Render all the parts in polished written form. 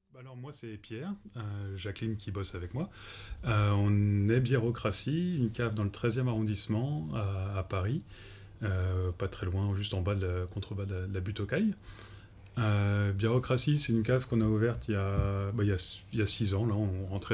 Alors moi c'est Pierre, Jacqueline qui bosse avec moi. On est Biérocratie, une cave dans le 13e arrondissement à Paris, pas très loin, juste en bas contrebas de la butte aux Cailles. Biérocratie, c'est une cave qu'on a ouverte il y a 6 ans. Là, on rentrait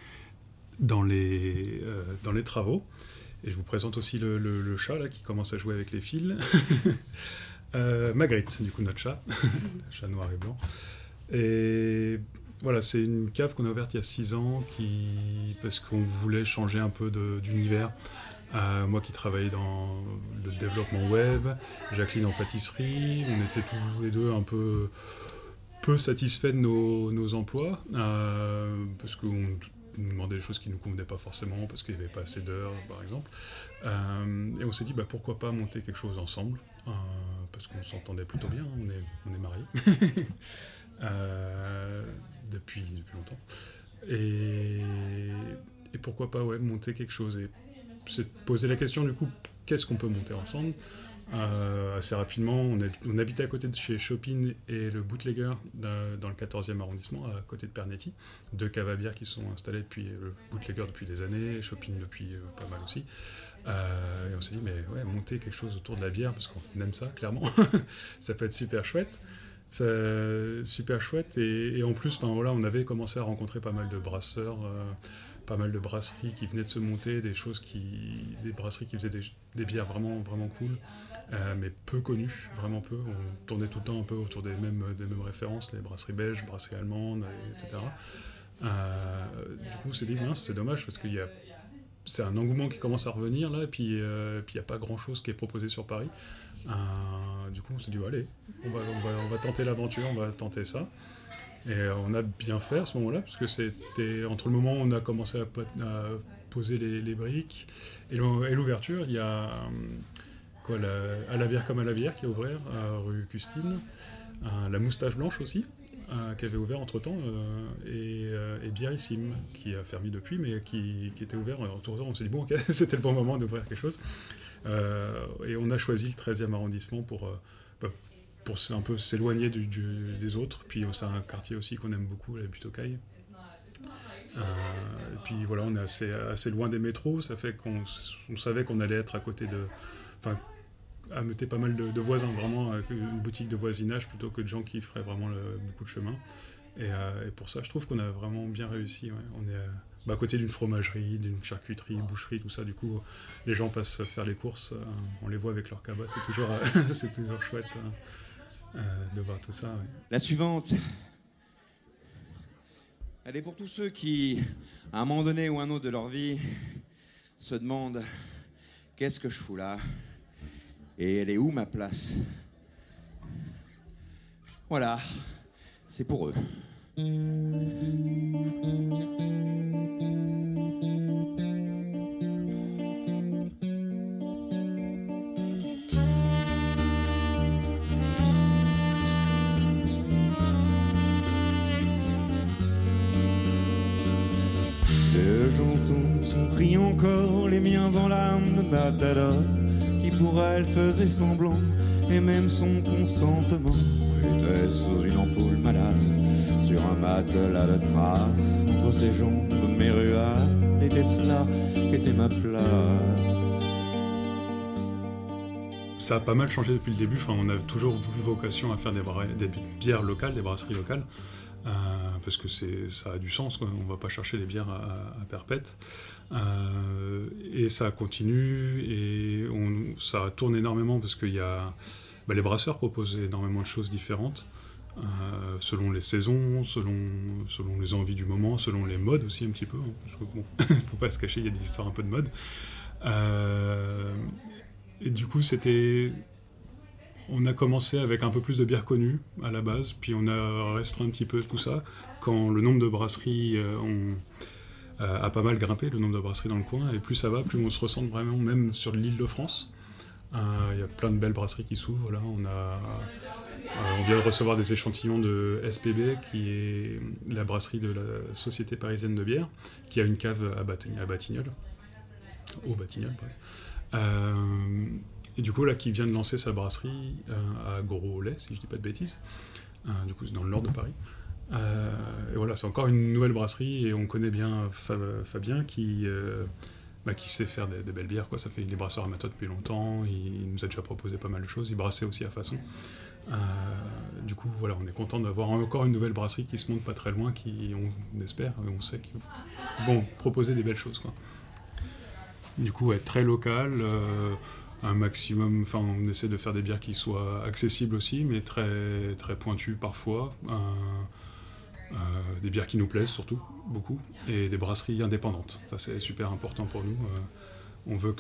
dans les travaux. Et je vous présente aussi le chat là, qui commence à jouer avec les fils. Magritte, du coup notre chat, chat noir et blanc. Et voilà, c'est une cave qu'on a ouverte il y a 6 ans parce qu'on voulait changer un peu d'univers. Moi qui travaillais dans le développement web, Jacqueline en pâtisserie, on était tous les deux un peu satisfaits de nos emplois, parce qu'on nous demandait des choses qui ne nous convenaient pas forcément, parce qu'il n'y avait pas assez d'heures, par exemple. Et on s'est dit, pourquoi pas monter quelque chose ensemble, parce qu'on s'entendait plutôt bien, on est mariés. euh, depuis longtemps. Et, et pourquoi pas monter quelque chose. Et c'est de poser la question du coup, qu'est-ce qu'on peut monter ensemble. Assez rapidement, on habitait à côté de chez Chopin et le Bootlegger dans le 14e arrondissement, à côté de Pernetti. Deux caves à bière qui sont installées depuis le Bootlegger depuis des années, Chopin depuis pas mal aussi. Et on s'est dit, mais monter quelque chose autour de la bière, parce qu'on aime ça, clairement. Ça peut être super chouette. Super chouette et en plus voilà, on avait commencé à rencontrer pas mal de brasseurs, pas mal de brasseries qui venaient de se monter, des brasseries qui faisaient des bières vraiment, vraiment cool, mais peu connues, vraiment peu. On tournait tout le temps un peu autour des mêmes références, les brasseries belges, brasseries allemandes, etc. Du coup on s'est dit mince, c'est dommage parce c'est un engouement qui commence à revenir là, et puis il n'y a pas grand chose qui est proposé sur Paris. Du coup, on s'est dit, allez, on va tenter l'aventure, on va tenter ça. Et on a bien fait à ce moment-là, parce que c'était entre le moment où on a commencé à poser les briques et l'ouverture, il y a à la bière comme à la bière qui a ouvert rue Custine, la Moustache Blanche aussi, qui avait ouvert entre-temps, et Biérissime, qui a fermé depuis, mais qui était ouvert autour. On s'est dit, bon, ok, c'était le bon moment d'ouvrir quelque chose. Et on a choisi le 13e arrondissement pour un peu s'éloigner des autres. Puis c'est un quartier aussi qu'on aime beaucoup, la butte aux Cailles. Et puis voilà, on est assez loin des métros, ça fait qu'on savait qu'on allait être à côté enfin, ameuter pas mal de voisins, vraiment avec une boutique de voisinage plutôt que de gens qui feraient vraiment beaucoup de chemin. Et pour ça, je trouve qu'on a vraiment bien réussi. Ouais. On est à côté d'une fromagerie, d'une charcuterie, boucherie, tout ça. Du coup, les gens passent faire les courses, on les voit avec leur cabas. C'est toujours, c'est toujours chouette de voir tout ça. Ouais. La suivante, elle est pour tous ceux qui, à un moment donné ou un autre de leur vie, se demandent qu'est-ce que je fous là et elle est où ma place. Voilà, c'est pour eux. Que j'entends son cri encore, les miens en larmes de matador, qui pour elle faisait semblant, et même son consentement était sous une ampoule malade, sur un matelas de crasse, entre ses jambes mes ruades, était cela qu'était ma place. Ça a pas mal changé depuis le début. Enfin, on a toujours eu vocation à faire des bières locales, des brasseries locales. Parce que ça a du sens, quoi. On ne va pas chercher des bières à perpète. Et ça continue, et ça tourne énormément parce qu'il y a... les brasseurs proposent énormément de choses différentes, selon les saisons, selon les envies du moment, selon les modes aussi un petit peu. Hein, parce que bon, faut pas se cacher, il y a des histoires un peu de mode. Et du coup, on a commencé avec un peu plus de bières connues à la base, puis on a restreint un petit peu tout ça quand le nombre de brasseries a pas mal grimpé, le nombre de brasseries dans le coin, et plus ça va, plus on se ressent vraiment, même sur l'île de France. Il y a plein de belles brasseries qui s'ouvrent. Là, on vient de recevoir des échantillons de SPB, qui est la brasserie de la Société Parisienne de Bière, qui a une cave à Batignolles, au Batignolles, bref. Et du coup, là, qui vient de lancer sa brasserie à Gros-Lay, si je dis pas de bêtises. Du coup, c'est dans le nord de Paris. et voilà, c'est encore une nouvelle brasserie et on connaît bien Fabien qui sait faire des belles bières, quoi. Il est brasseur amateur depuis longtemps, il nous a déjà proposé pas mal de choses, il brassait aussi à façon. Du coup, voilà, on est content d'avoir encore une nouvelle brasserie qui se monte pas très loin, qui, on espère, et on sait qu'ils vont proposer des belles choses, quoi. Du coup, très local, un maximum, enfin, on essaie de faire des bières qui soient accessibles aussi, mais très, très pointues parfois. Des bières qui nous plaisent surtout, beaucoup, et des brasseries indépendantes. Ça, c'est super important pour nous. On veut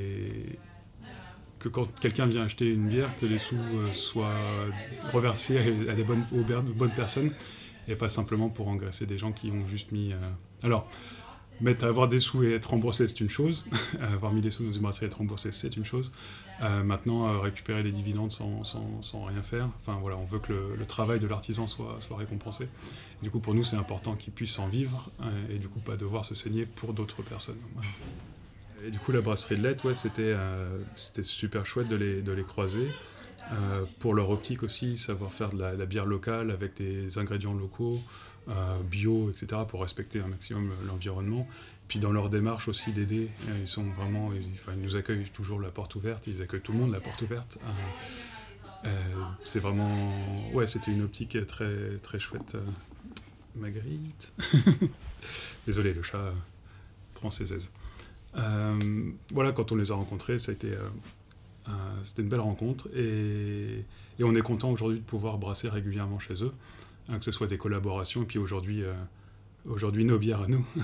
que quand quelqu'un vient acheter une bière, que les sous soient reversés aux bonnes personnes, et pas simplement pour engraisser des gens qui ont juste mis... Alors, avoir des sous et être remboursé, c'est une chose. Avoir mis des sous dans une brasserie et être remboursé, c'est une chose. Maintenant, récupérer des dividendes sans rien faire. Enfin, voilà, on veut que le travail de l'artisan soit récompensé. Du coup, pour nous, c'est important qu'il puisse en vivre et du coup, pas devoir se saigner pour d'autres personnes. Voilà. Et du coup, la brasserie de Lette, c'était super chouette de les croiser. Pour leur optique aussi, savoir faire de la bière locale avec des ingrédients locaux, bio, etc., pour respecter un maximum l'environnement. Puis dans leur démarche aussi d'aider, ils sont vraiment, ils nous accueillent toujours la porte ouverte, ils accueillent tout le monde la porte ouverte. C'est vraiment, c'était une optique très, très chouette. Marguerite. Désolé, le chat prend ses aises. Voilà, quand on les a rencontrés, c'était une belle rencontre et on est content aujourd'hui de pouvoir brasser régulièrement chez eux, que ce soit des collaborations et puis aujourd'hui nos bières à nous.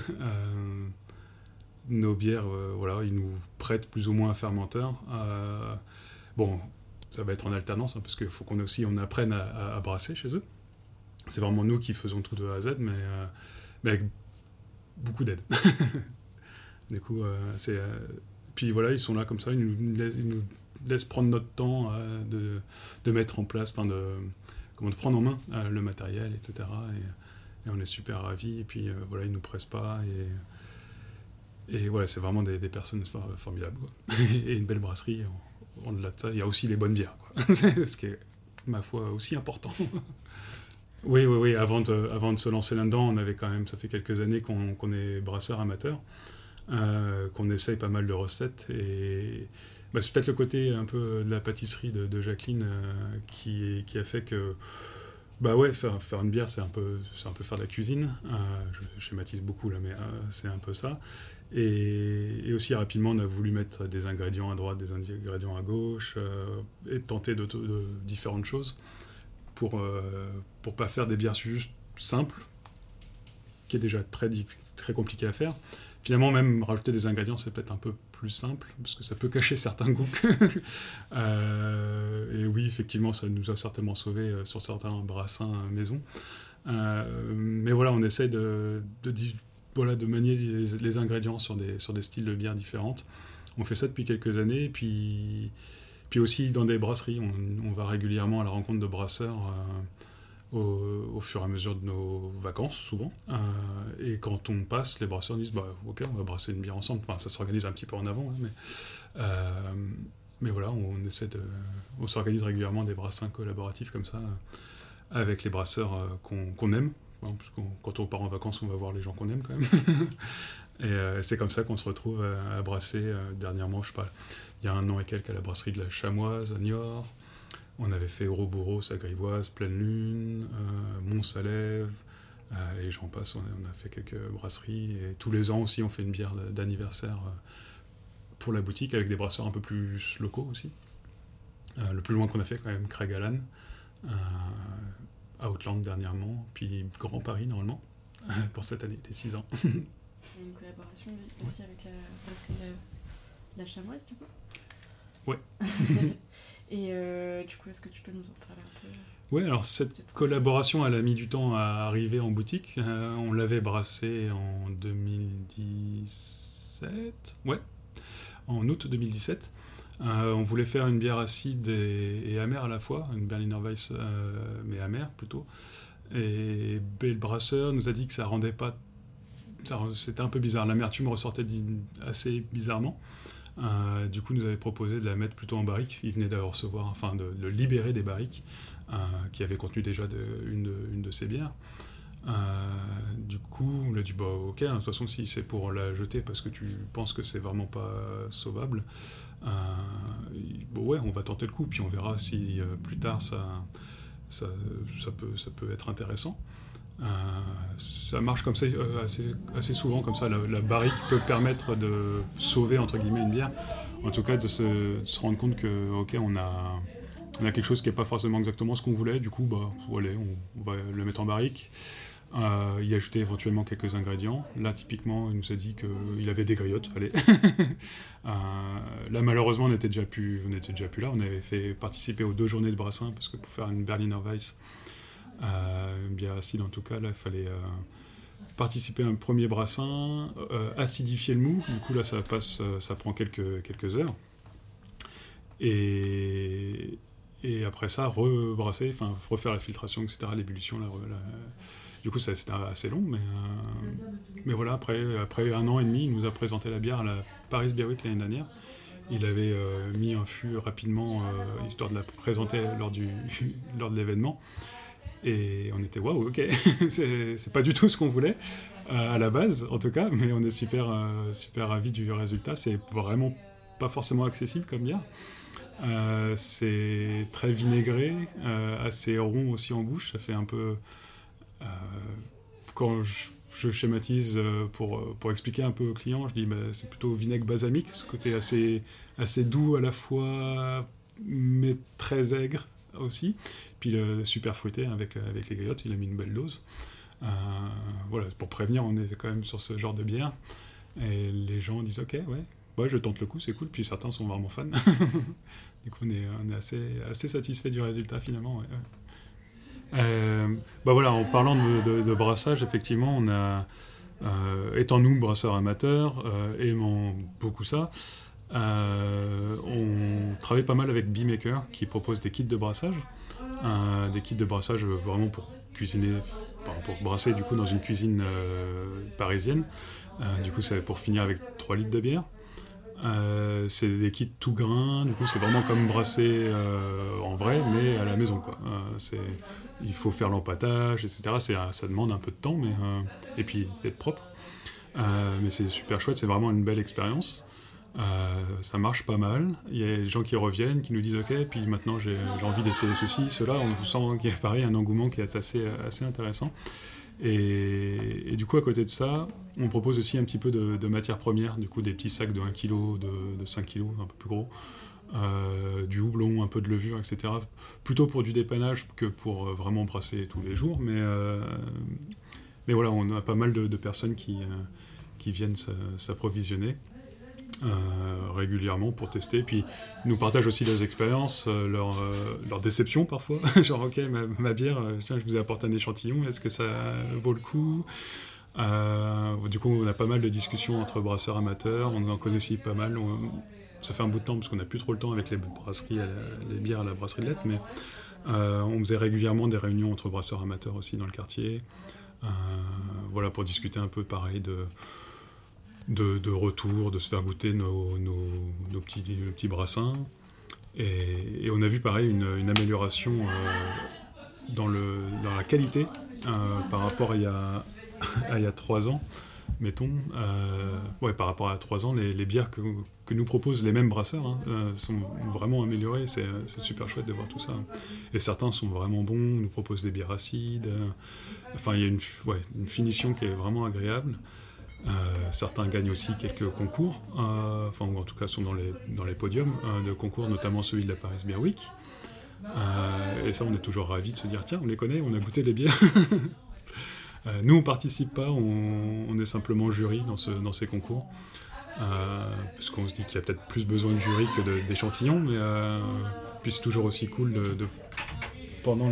Nos bières, voilà, ils nous prêtent plus ou moins un fermenteur. Bon, ça va être en alternance parce qu'il faut qu'on apprenne à brasser chez eux. C'est vraiment nous qui faisons tout de A à Z, mais avec beaucoup d'aide. Du coup, puis voilà, ils sont là comme ça, ils nous laissent prendre notre temps de mettre en place, de prendre en main le matériel, etc. Et on est super ravis. Et puis voilà, ils nous pressent pas. Et voilà, c'est vraiment des personnes formidables, quoi. Et une belle brasserie. Au-delà de ça, il y a aussi les bonnes bières, quoi. Ce qui est, ma foi, aussi important. Oui. Avant de se lancer là-dedans, on avait quand même, ça fait quelques années qu'on est brasseur amateur. Qu'on essaye pas mal de recettes et c'est peut-être le côté un peu de la pâtisserie de Jacqueline qui a fait que faire une bière c'est un peu faire de la cuisine. Je schématise beaucoup là, mais c'est un peu ça et aussi rapidement on a voulu mettre des ingrédients à droite, des ingrédients à gauche et tenter de différentes choses pour pas faire des bières juste simples qui est déjà très compliqué à faire. Finalement, même rajouter des ingrédients, c'est peut-être un peu plus simple, parce que ça peut cacher certains goûts. Et oui, effectivement, ça nous a certainement sauvés sur certains brassins maison. Mais voilà, on essaie de manier les ingrédients sur des styles de bière différentes. On fait ça depuis quelques années, et puis aussi dans des brasseries, on va régulièrement à la rencontre de brasseurs au fur et à mesure de nos vacances, souvent. Et quand on passe, les brasseurs disent ok, on va brasser une bière ensemble. Enfin, ça s'organise un petit peu en avant, mais voilà, on s'organise régulièrement des brassins collaboratifs comme ça, avec les brasseurs qu'on aime. Parce que quand on part en vacances, on va voir les gens qu'on aime quand même. Et c'est comme ça qu'on se retrouve à brasser dernièrement, je sais pas, il y a 1 an et quelques à la brasserie de la Chamoise, à Niort. On avait fait Ouroboros à Grivoise, Pleine Lune, Mont-Salève, et j'en passe, on a fait quelques brasseries. Et tous les ans aussi, on fait une bière d'anniversaire pour la boutique, avec des brasseurs un peu plus locaux aussi. Le plus loin qu'on a fait, quand même, Craig Allan, à Outland dernièrement, puis Grand Paris, normalement, pour cette année, les 6 ans. Il y a une collaboration aussi avec la brasserie de la Chamoise, du coup ? Ouais. Et du coup, est-ce que tu peux nous en parler un peu ? Oui, alors cette collaboration, elle a mis du temps à arriver en boutique. On l'avait brassée en 2017, en août 2017. On voulait faire une bière acide et amère à la fois, une Berliner Weiss, mais amère plutôt. Et le brasseur nous a dit que ça rendait pas... c'était un peu bizarre, l'amertume ressortait assez bizarrement. Du coup, nous avait proposé de la mettre plutôt en barrique. Il venait de recevoir, enfin de libérer des barriques qui avaient contenu déjà une de ses bières. coup, on a dit, bah ok, de toute façon, si c'est pour la jeter parce que tu penses que c'est vraiment pas sauvable, bon ouais, on va tenter le coup, puis on verra si plus tard ça peut être intéressant. Ça marche comme ça assez souvent comme ça. La barrique peut permettre de sauver entre guillemets une bière. En tout cas, de se rendre compte que ok, on a quelque chose qui n'est pas forcément exactement ce qu'on voulait. Du coup, bah, allez, on va le mettre en barrique. Y ajouter éventuellement quelques ingrédients. Là, typiquement, il nous a dit qu'il avait des griottes. Allez. Là, malheureusement, on n'était déjà plus là. On avait fait participer aux 2 journées de brassin parce que pour faire une Berliner Weiss, une bière acide en tout cas, là, il fallait participer à un premier brassin, acidifier le mou. Du coup, là, ça prend quelques heures. Et après ça, rebrasser, refaire la filtration, etc., l'ébullition. Du coup, c'était assez long, mais voilà, après 1 an et demi, il nous a présenté la bière à la Paris Beer Week l'année dernière. Il avait mis un fût rapidement, histoire de la présenter lors de l'événement. Et on était waouh, ok, c'est pas du tout ce qu'on voulait, à la base en tout cas, mais on est super ravis du résultat. C'est vraiment pas forcément accessible comme bière. C'est très vinaigré, assez rond aussi en bouche. Ça fait un peu... quand je schématise pour expliquer un peu aux clients, je dis c'est plutôt vinaigre balsamique, ce côté assez doux à la fois, mais très aigre aussi. Puis super fruité avec les griottes, il a mis une belle dose. Voilà, pour prévenir, on est quand même sur ce genre de bière. Et les gens disent ok, ouais, je tente le coup, c'est cool. Puis certains sont vraiment fans. Du coup, on est assez satisfait du résultat finalement. Ouais. Voilà, en parlant de brassage, effectivement, on a, étant nous brasseurs amateurs, aimant beaucoup ça, on travaille pas mal avec Beemaker qui propose des kits de brassage. Des kits de brassage vraiment pour cuisiner, pour brasser du coup dans une cuisine parisienne. Du coup, c'est pour finir avec 3 litres de bière. C'est des kits tout grain, du coup c'est vraiment comme brasser en vrai, mais à la maison, quoi. Il faut faire l'empâtage, etc. Ça demande un peu de temps, et puis d'être propre. Mais c'est super chouette, c'est vraiment une belle expérience. Ça marche pas mal. Il y a des gens qui reviennent, qui nous disent ok, puis maintenant j'ai envie d'essayer ceci, cela. On sent qu'il y a pareil un engouement qui est assez intéressant. Et du coup, à côté de ça, on propose aussi un petit peu de matières premières, du coup des petits sacs de 1 kg, de 5 kg, un peu plus gros, du houblon, un peu de levure, etc. Plutôt pour du dépannage que pour vraiment brasser tous les jours, mais voilà, on a pas mal de personnes qui viennent s'approvisionner régulièrement pour tester, puis nous partagent aussi leurs expériences, leurs déceptions parfois. Genre ok, ma bière, tiens, je vous ai apporté un échantillon, est-ce que ça vaut le coup? Du coup on a pas mal de discussions entre brasseurs amateurs, on en connaît aussi pas mal. Ça fait un bout de temps parce qu'on n'a plus trop le temps avec les brasseries, les bières à la brasserie de Lette, mais on faisait régulièrement des réunions entre brasseurs amateurs aussi dans le quartier, voilà, pour discuter un peu pareil de retour, de se faire goûter nos petits brassins. Et on a vu pareil une amélioration dans la qualité par rapport à il y a 3 ans, mettons. Par rapport à 3 ans, les bières que nous proposent les mêmes brasseurs sont vraiment améliorées. C'est super chouette de voir tout ça. Et certains sont vraiment bons, nous proposent des bières acides. Il y a une finition qui est vraiment agréable. Certains gagnent aussi quelques concours, ou en tout cas sont dans les podiums de concours, notamment celui de la Paris Beer Week. Et ça, on est toujours ravis de se dire, tiens, on les connaît, on a goûté les bières. Nous, on participe pas, on est simplement jury dans ces concours, puisqu'on se dit qu'il y a peut-être plus besoin de jury que d'échantillons, mais puis c'est toujours aussi cool de pendant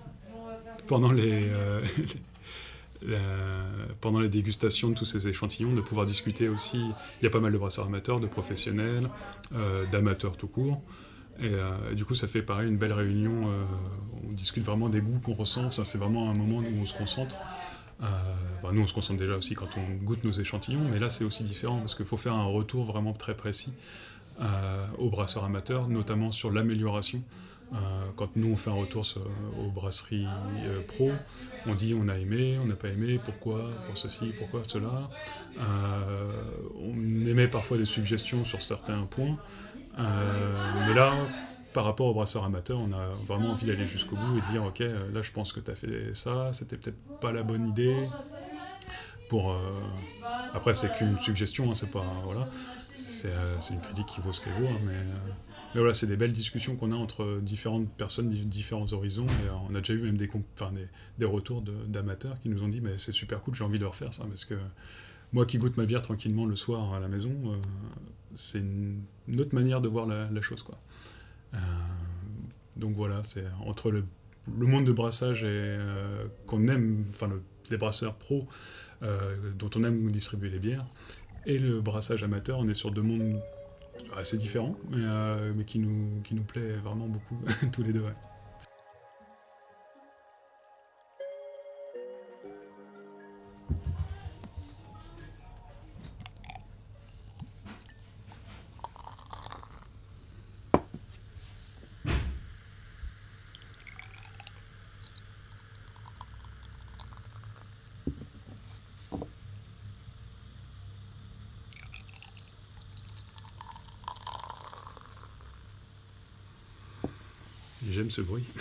les dégustations de tous ces échantillons, de pouvoir discuter aussi. Il y a pas mal de brasseurs amateurs, de professionnels, d'amateurs tout court. Et du coup, ça fait pareil une belle réunion. On discute vraiment des goûts qu'on ressent. Ça, c'est vraiment un moment où on se concentre. Nous, on se concentre déjà aussi quand on goûte nos échantillons, mais là, c'est aussi différent parce qu'il faut faire un retour vraiment très précis aux brasseurs amateurs, notamment sur l'amélioration Quand nous on fait un retour aux brasseries pro, on dit on a aimé, on n'a pas aimé, pourquoi, pour ceci, pourquoi cela. On émet parfois des suggestions sur certains points, mais là, par rapport aux brasseurs amateurs, on a vraiment envie d'aller jusqu'au bout et de dire ok, là je pense que tu as fait ça, c'était peut-être pas la bonne idée. Après c'est qu'une suggestion, hein, c'est pas voilà, c'est une critique qui vaut ce qu'elle vaut, hein, mais voilà, c'est des belles discussions qu'on a entre différentes personnes, différents horizons, et on a déjà eu même des retours d'amateurs qui nous ont dit mais c'est super cool, j'ai envie de refaire ça, parce que moi qui goûte ma bière tranquillement le soir à la maison, c'est une autre manière de voir la chose, quoi. Donc voilà, c'est entre le monde de brassage et qu'on aime, les brasseurs pros dont on aime distribuer les bières, et le brassage amateur, on est sur deux mondes assez différents, mais qui nous plaît vraiment beaucoup, tous les deux. Ouais. J'aime ce bruit.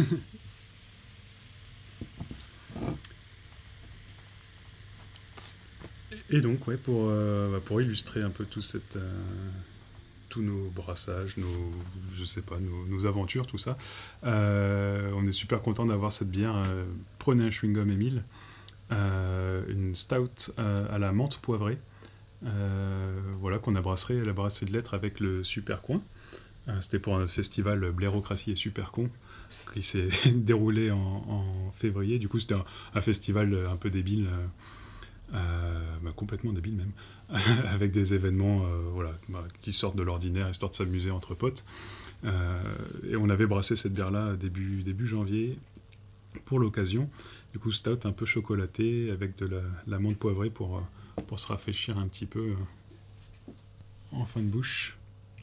Et donc, ouais, pour illustrer un peu tous nos brassages, nos aventures, tout ça, on est super content d'avoir cette bière. Prenez un chewing-gum, Émile. Une stout à la menthe poivrée. Voilà, qu'on a brassé à la brasserie de lettres avec le Super Coin. C'était pour un festival Blérocratie et Super Con qui s'est déroulé en février. Du coup, c'était un festival un peu débile, complètement débile même, avec des événements qui sortent de l'ordinaire, histoire de s'amuser entre potes. Et on avait brassé cette bière-là début janvier pour l'occasion. Du coup, stout un peu chocolaté avec de la menthe poivrée pour se rafraîchir un petit peu en fin de bouche.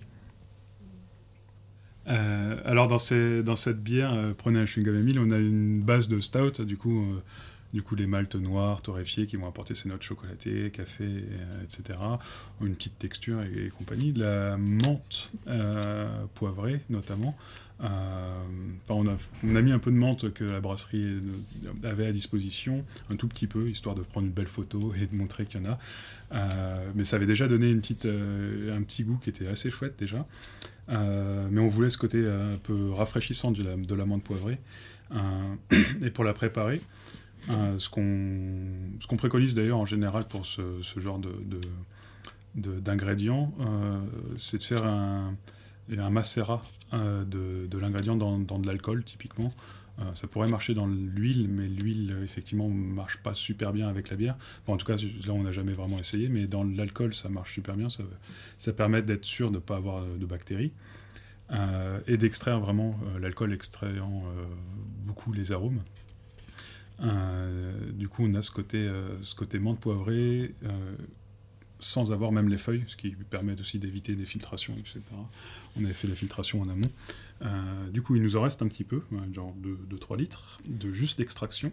Alors dans cette bière, prenez un chewing-gum Émile, on a une base de stout, du coup les maltes noirs torréfiés qui vont apporter ces notes chocolatées, café, etc. Une petite texture et compagnie. De la menthe poivrée notamment. On a mis un peu de menthe que la brasserie avait à disposition, un tout petit peu, histoire de prendre une belle photo et de montrer qu'il y en a. Mais ça avait déjà donné un petit goût qui était assez chouette déjà. Mais on voulait ce côté un peu rafraîchissant de la menthe poivrée. Et pour la préparer, ce qu'on préconise d'ailleurs en général pour ce genre d'ingrédients, c'est de faire un macérat de l'ingrédient dans de l'alcool typiquement. Ça pourrait marcher dans l'huile, mais l'huile effectivement marche pas super bien avec la bière. En tout cas, là on n'a jamais vraiment essayé, mais dans l'alcool ça marche super bien. Ça permet d'être sûr de ne pas avoir de bactéries et d'extraire vraiment l'alcool extrayant beaucoup les arômes. Du coup, on a ce côté menthe poivrée sans avoir même les feuilles, ce qui permet aussi d'éviter des filtrations, etc. On avait fait la filtration en amont. Du coup, il nous en reste un petit peu, genre 2-3 litres, de juste d'extraction.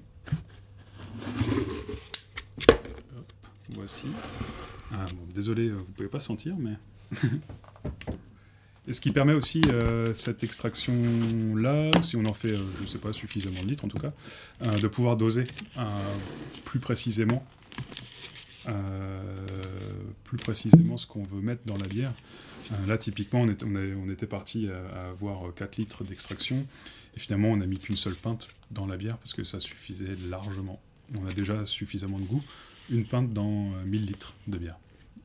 Hop, voici. Désolé, vous ne pouvez pas sentir, mais... Et ce qui permet aussi cette extraction-là, si on en fait, je ne sais pas, suffisamment de litres en tout cas, de pouvoir doser plus précisément ce qu'on veut mettre dans la bière. Là, typiquement, on était parti à avoir 4 litres d'extraction, et finalement, on n'a mis qu'une seule pinte dans la bière, parce que ça suffisait largement. On a déjà suffisamment de goût. Une pinte dans 1000 litres de bière.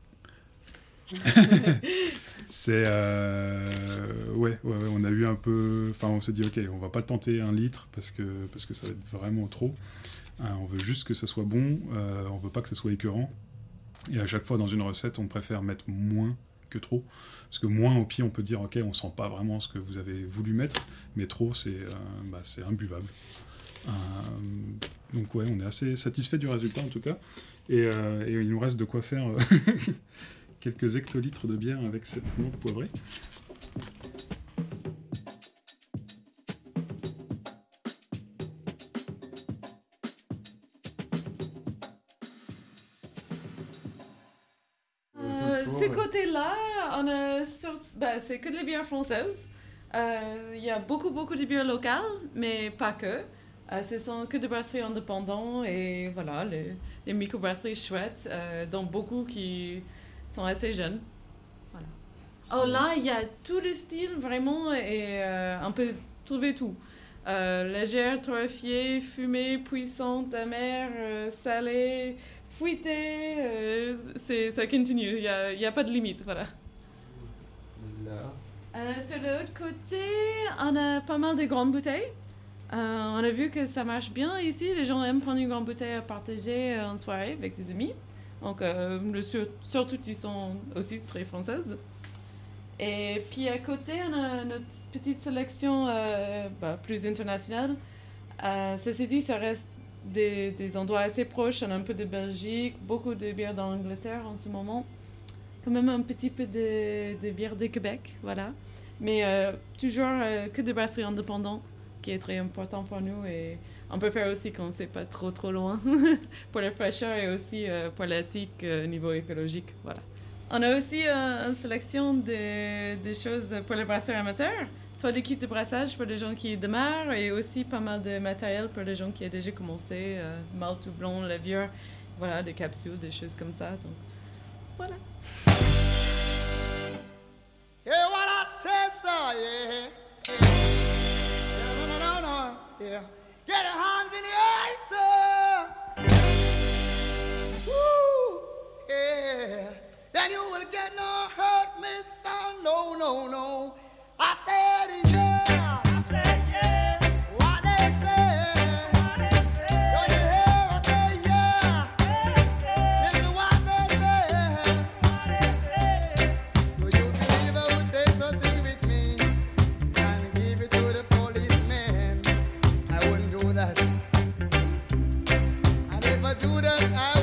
C'est on a eu un peu, enfin on s'est dit ok, on va pas le tenter 1 litre parce que ça va être vraiment trop. On veut juste que ça soit bon, on veut pas que ça soit écœurant, et à chaque fois dans une recette on préfère mettre moins que trop, parce que moins au pire on peut dire ok, on sent pas vraiment ce que vous avez voulu mettre, mais trop c'est imbuvable. Donc ouais, on est assez satisfait du résultat en tout cas, et il nous reste de quoi faire quelques hectolitres de bière avec cette menthe poivrée. Ce côté-là, c'est que de la bière française. Il y a beaucoup de bières locales, mais pas que. Ce sont que des brasseries indépendantes et voilà, les microbrasseries chouettes, dont beaucoup qui sont assez jeunes. Voilà. Oh là, il y a tout le style vraiment et on peut trouver tout. Légère, torréfiée, fumée, puissante, amère, salée, fouettée, ça continue, il n'y a pas de limite, voilà. Sur l'autre côté, on a pas mal de grandes bouteilles. On a vu que ça marche bien ici. Les gens aiment prendre une grande bouteille à partager en soirée avec des amis. Donc, surtout, ils sont aussi très françaises. Et puis à côté, on a notre petite sélection plus internationale. Ceci dit, ça reste des endroits assez proches. On a un peu de Belgique, beaucoup de bières d'Angleterre en ce moment. Quand même un petit peu de bières de Québec, voilà. Mais toujours que des brasseries indépendantes, qui est très important pour nous. Et on peut faire aussi quand c'est pas trop loin pour la fraîcheur et aussi pour l'éthique niveau écologique, voilà. On a aussi une sélection de choses pour les brasseurs amateurs, soit des kits de brassage pour les gens qui démarrent et aussi pas mal de matériel pour les gens qui ont déjà commencé, malt ou blond, levure, voilà, des capsules, des choses comme ça. Donc, voilà. Yeah, what I say, so, yeah. No, yeah. Get your hands in the air, sir. Woo, yeah. Then you will get no hurt, mister. No. I said, yeah. I said, yeah. What they say. Don't you hear? I say, yeah. This is what they say. Do you believe I would take something with me and give it to the policeman? I wouldn't do that. And if I do that, I